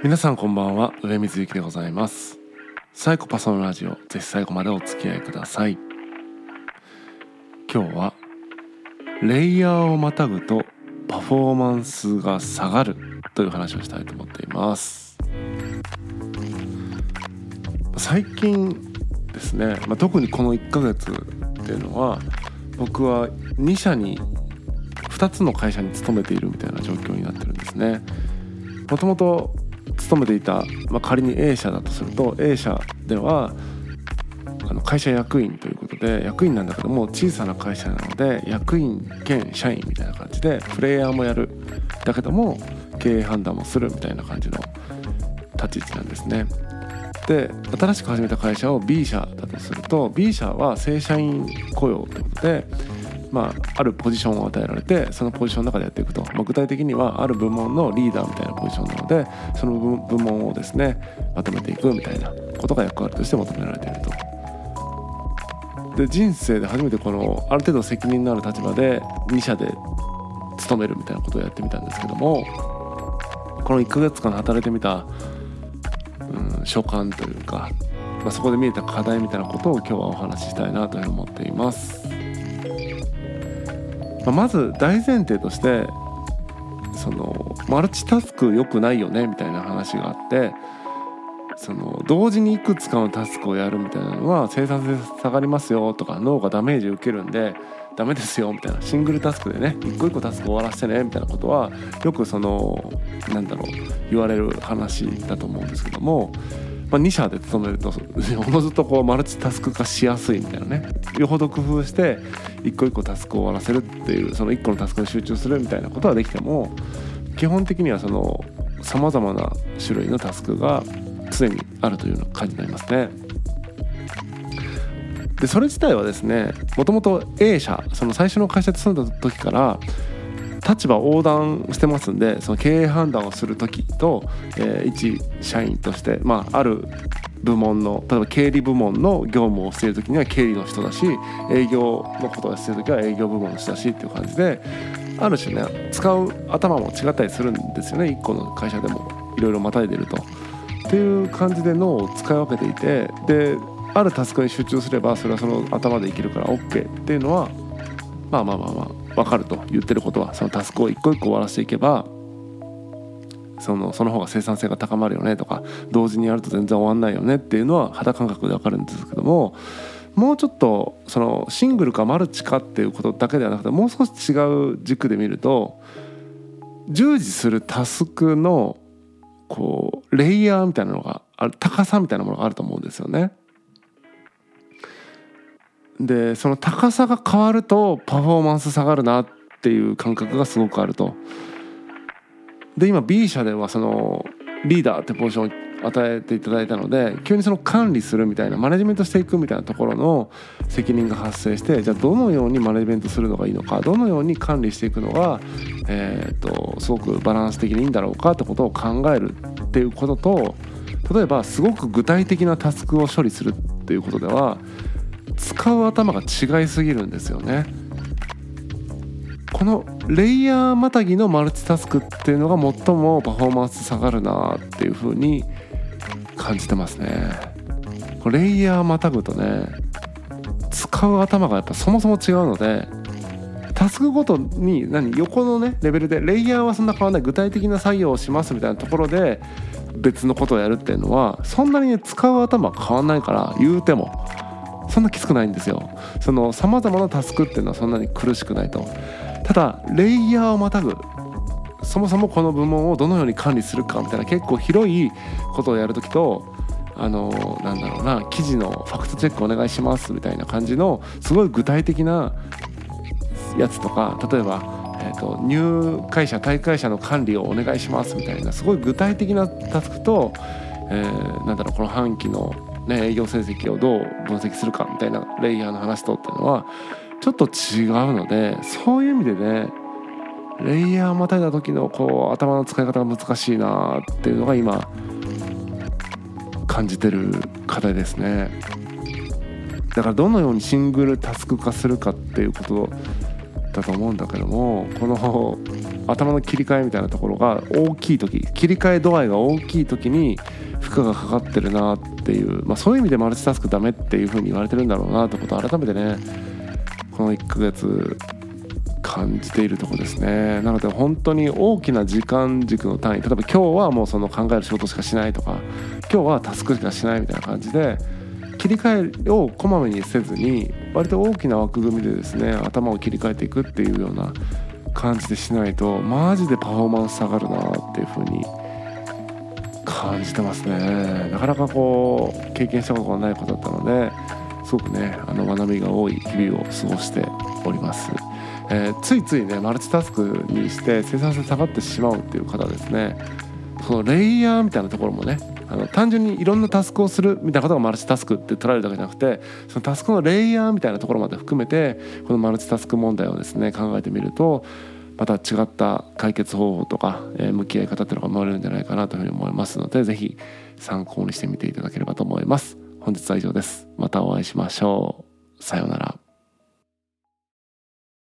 皆さんこんばんは、上水幸でございます。サイコパスのラジオ、ぜひ最後までお付き合いください。今日はレイヤーをまたぐとパフォーマンスが下がるという話をしたいと思っています。最近ですね、特にこの1ヶ月っていうのは、僕は2つの会社に勤めているみたいな状況になってるんですね。もともと勤めていた、仮に A 社だとすると A 社では会社役員ということで、役員なんだけども小さな会社なので役員兼社員みたいな感じでプレイヤーもやる、だけども経営判断もするみたいな感じの立ち位置なんですね。で、新しく始めた会社を B 社だとすると B 社は正社員雇用ということで、あるポジションを与えられて、そのポジションの中でやっていくと、具体的にはある部門のリーダーみたいなポジションなので、その部門をですねまとめていくみたいなことが役割として求められていると。で、人生で初めてこのある程度責任のある立場で2社で勤めるみたいなことをやってみたんですけども、この1ヶ月間働いてみた、所感というか、そこで見えた課題みたいなことを今日はお話ししたいなというふうに思っています。まず大前提として、マルチタスク良くないよねみたいな話があって、同時にいくつかのタスクをやるみたいなのは生産性下がりますよとか、脳がダメージ受けるんでダメですよみたいな、シングルタスクでね一個一個タスク終わらせてねみたいなことはよく言われる話だと思うんですけども、2社で勤めるとおのずとマルチタスク化しやすいみたいなね、よほど工夫して一個一個タスクを終わらせるっていう、その一個のタスクに集中するみたいなことはできても、基本的にはさまざまな種類のタスクが常にあるというような感じになりますね。で、それ自体はですね、もともと A 社、最初の会社で勤んだ時から立場横断してますんで、その経営判断をする時と、一社員として、ある部門の、例えば経理部門の業務をしている時には経理の人だし、営業のことをしている時は営業部門の人だしっていう感じで、ある種ね使う頭も違ったりするんですよね。一個の会社でもいろいろまたいでるとっていう感じで脳を使い分けていて、であるタスクに集中すればそれはその頭でいけるから OK っていうのは分かると。言ってることはそのタスクを一個一個終わらせていけばその方が生産性が高まるよねとか、同時にやると全然終わんないよねっていうのは肌感覚で分かるんですけども、もうちょっとシングルかマルチかっていうことだけではなくて、もう少し違う軸で見ると、従事するタスクのレイヤーみたいなのがある、高さみたいなものがあると思うんですよね。で、その高さが変わるとパフォーマンス下がるなっていう感覚がすごくあると。で、今 B 社ではリーダーってポジションを与えていただいたので、急に管理するみたいな、マネジメントしていくみたいなところの責任が発生して、じゃあどのようにマネジメントするのがいいのか、どのように管理していくのが、すごくバランス的にいいんだろうかってことを考えるっていうことと、例えばすごく具体的なタスクを処理するっていうことでは使う頭が違いすぎるんですよね。このレイヤーまたぎのマルチタスクっていうのが最もパフォーマンス下がるなっていう風に感じてますね。レイヤーまたぐとね、使う頭がやっぱそもそも違うので、タスクごとに横のねレベルでレイヤーはそんな変わらない、具体的な作業をしますみたいなところで別のことをやるっていうのはそんなにね使う頭は変わらないから、言うてもそんなきつくないんですよ。さまざまなタスクっていうのはそんなに苦しくないと。ただレイヤーをまたぐ、そもそもこの部門をどのように管理するかみたいな結構広いことをやるときと、記事のファクトチェックお願いしますみたいな感じのすごい具体的なやつとか、例えば、入会者退会者の管理をお願いしますみたいなすごい具体的なタスクと、この半期の営業成績をどう分析するかみたいなレイヤーの話とっていうのはちょっと違うので、そういう意味でねレイヤーまたいだ時の頭の使い方が難しいなっていうのが今感じてる課題ですね。だからどのようにシングルタスク化するかっていうことったと思うんだけども、この頭の切り替えみたいなところが大きい時、切り替え度合いが大きい時に負荷がかかってるなっていう、そういう意味でマルチタスクダメっていう風に言われてるんだろうなってことを改めてね、この1ヶ月感じているところですね。なので本当に大きな時間軸の単位、例えば今日はもうその考える仕事しかしないとか、今日はタスクしかしないみたいな感じで切り替えをこまめにせずに、割と大きな枠組みでですね頭を切り替えていくっていうような感じでしないとマジでパフォーマンス下がるなっていう風に感じてますね。なかなかこう経験したことがないことだったので、すごくね学びが多い日々を過ごしております。ついついねマルチタスクにして生産性下がってしまうっていう方ですね、そのレイヤーみたいなところもね、単純にいろんなタスクをするみたいなことがマルチタスクって捉えるだけじゃなくて、そのタスクのレイヤーみたいなところまで含めてこのマルチタスク問題をですね考えてみると、また違った解決方法とか、向き合い方っていうのが生まれるんじゃないかなというふうに思いますので、ぜひ参考にしてみていただければと思います。本日は以上です。またお会いしましょう。さようなら。